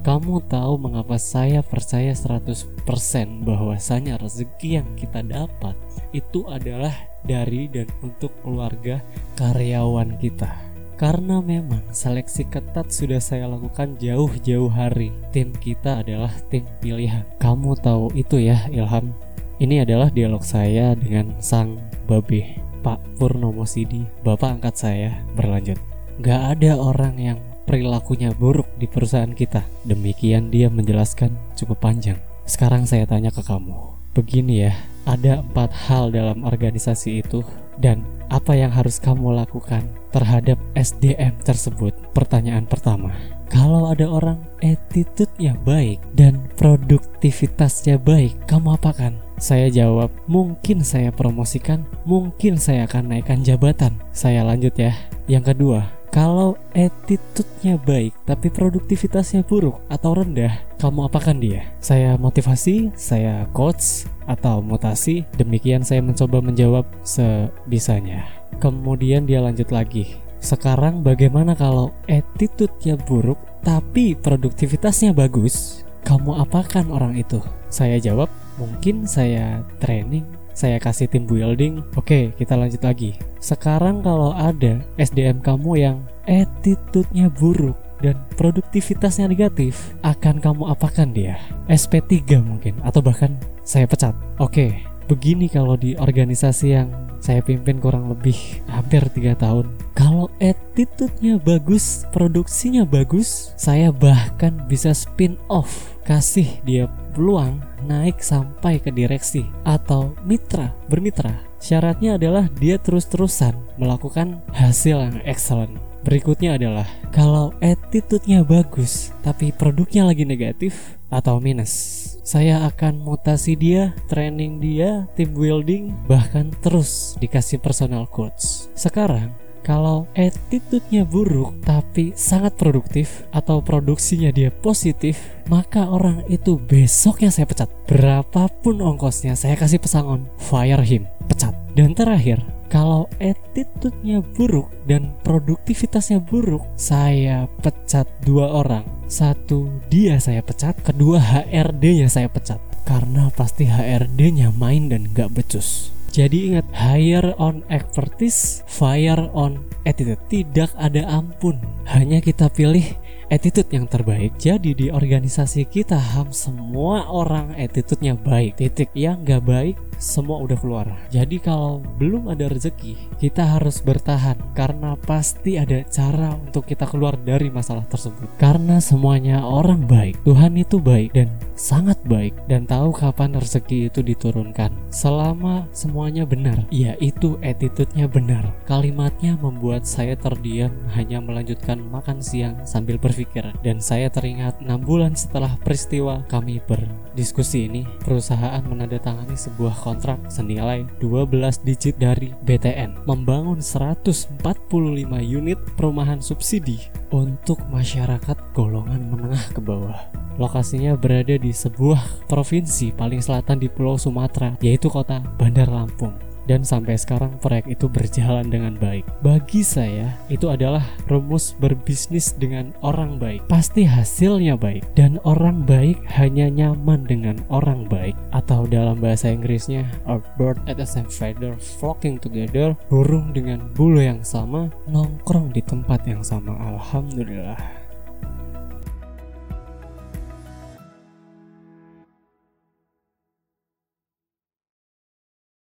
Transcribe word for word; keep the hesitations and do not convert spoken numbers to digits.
Kamu tahu mengapa saya percaya seratus persen bahwasanya rezeki yang kita dapat itu adalah dari dan untuk keluarga karyawan kita. Karena memang seleksi ketat sudah saya lakukan jauh-jauh hari. Tim kita adalah tim pilihan. Kamu tahu itu ya, Ilham. Ini adalah dialog saya dengan sang babe, Pak Purnomo Sidi, bapak angkat saya. Berlanjut. Gak ada orang yang perilakunya buruk di perusahaan kita. Demikian dia menjelaskan cukup panjang. Sekarang saya tanya ke kamu. Begini ya, ada empat hal dalam organisasi itu, dan apa yang harus kamu lakukan terhadap S D M tersebut? Pertanyaan pertama, kalau ada orang attitude-nya baik dan produktivitasnya baik, kamu apakan? Saya jawab, mungkin saya promosikan, mungkin saya akan naikkan jabatan. Saya lanjut ya. Yang kedua, kalau attitude-nya baik tapi produktivitasnya buruk atau rendah, kamu apakan dia? Saya motivasi, saya coach, atau mutasi? Demikian saya mencoba menjawab sebisanya. Kemudian dia lanjut lagi. Sekarang bagaimana kalau attitude-nya buruk tapi produktivitasnya bagus? Kamu apakan orang itu? Saya jawab, mungkin saya training, saya kasih tim building. Oke, kita lanjut lagi. Sekarang kalau ada S D M kamu yang attitude-nya buruk dan produktivitasnya negatif, akan kamu apakan dia? S P tiga mungkin, atau bahkan saya pecat. Oke, begini kalau di organisasi yang saya pimpin kurang lebih hampir tiga tahun. Kalau attitude-nya bagus, produksinya bagus, saya bahkan bisa spin off, kasih dia peluang naik sampai ke direksi atau mitra, bermitra. Syaratnya adalah dia terus-terusan melakukan hasil yang excellent. Berikutnya adalah kalau attitude-nya bagus tapi produknya lagi negatif atau minus, saya akan mutasi dia, training dia, team building, bahkan terus dikasih personal coach. Sekarang kalau attitude-nya buruk tapi sangat produktif atau produksinya dia positif, maka orang itu besoknya saya pecat. Berapapun ongkosnya saya kasih pesangon, fire him, pecat. Dan terakhir, kalau attitude-nya buruk dan produktivitasnya buruk, saya pecat dua orang. Satu, dia saya pecat. Kedua, H R D-nya saya pecat. Karena pasti H R D-nya main dan gak becus. Jadi ingat, hire on expertise, fire on attitude. Tidak ada ampun, hanya kita pilih attitude yang terbaik. Jadi di organisasi kita ham semua orang attitude-nya baik. Titik. Yang gak baik semua udah keluar. Jadi kalau belum ada rezeki, kita harus bertahan, karena pasti ada cara untuk kita keluar dari masalah tersebut. Karena semuanya orang baik, Tuhan itu baik dan sangat baik, dan tahu kapan rezeki itu diturunkan. Selama semuanya benar, yaitu attitude-nya benar. Kalimatnya membuat saya terdiam, hanya melanjutkan makan siang sambil berpikir. Dan saya teringat enam bulan setelah peristiwa kami berdiskusi ini, perusahaan menandatangani sebuah kontrak senilai dua belas digit dari B T N, membangun seratus empat puluh lima unit perumahan subsidi untuk masyarakat golongan menengah ke bawah. Lokasinya berada di sebuah provinsi paling selatan di Pulau Sumatera, yaitu kota Bandar Lampung. Dan sampai sekarang proyek itu berjalan dengan baik. Bagi saya, itu adalah rumus berbisnis dengan orang baik. Pasti hasilnya baik, dan orang baik hanya nyaman dengan orang baik. Atau dalam bahasa Inggrisnya, a bird at the same feather flocking together. Burung dengan bulu yang sama nongkrong di tempat yang sama. Alhamdulillah.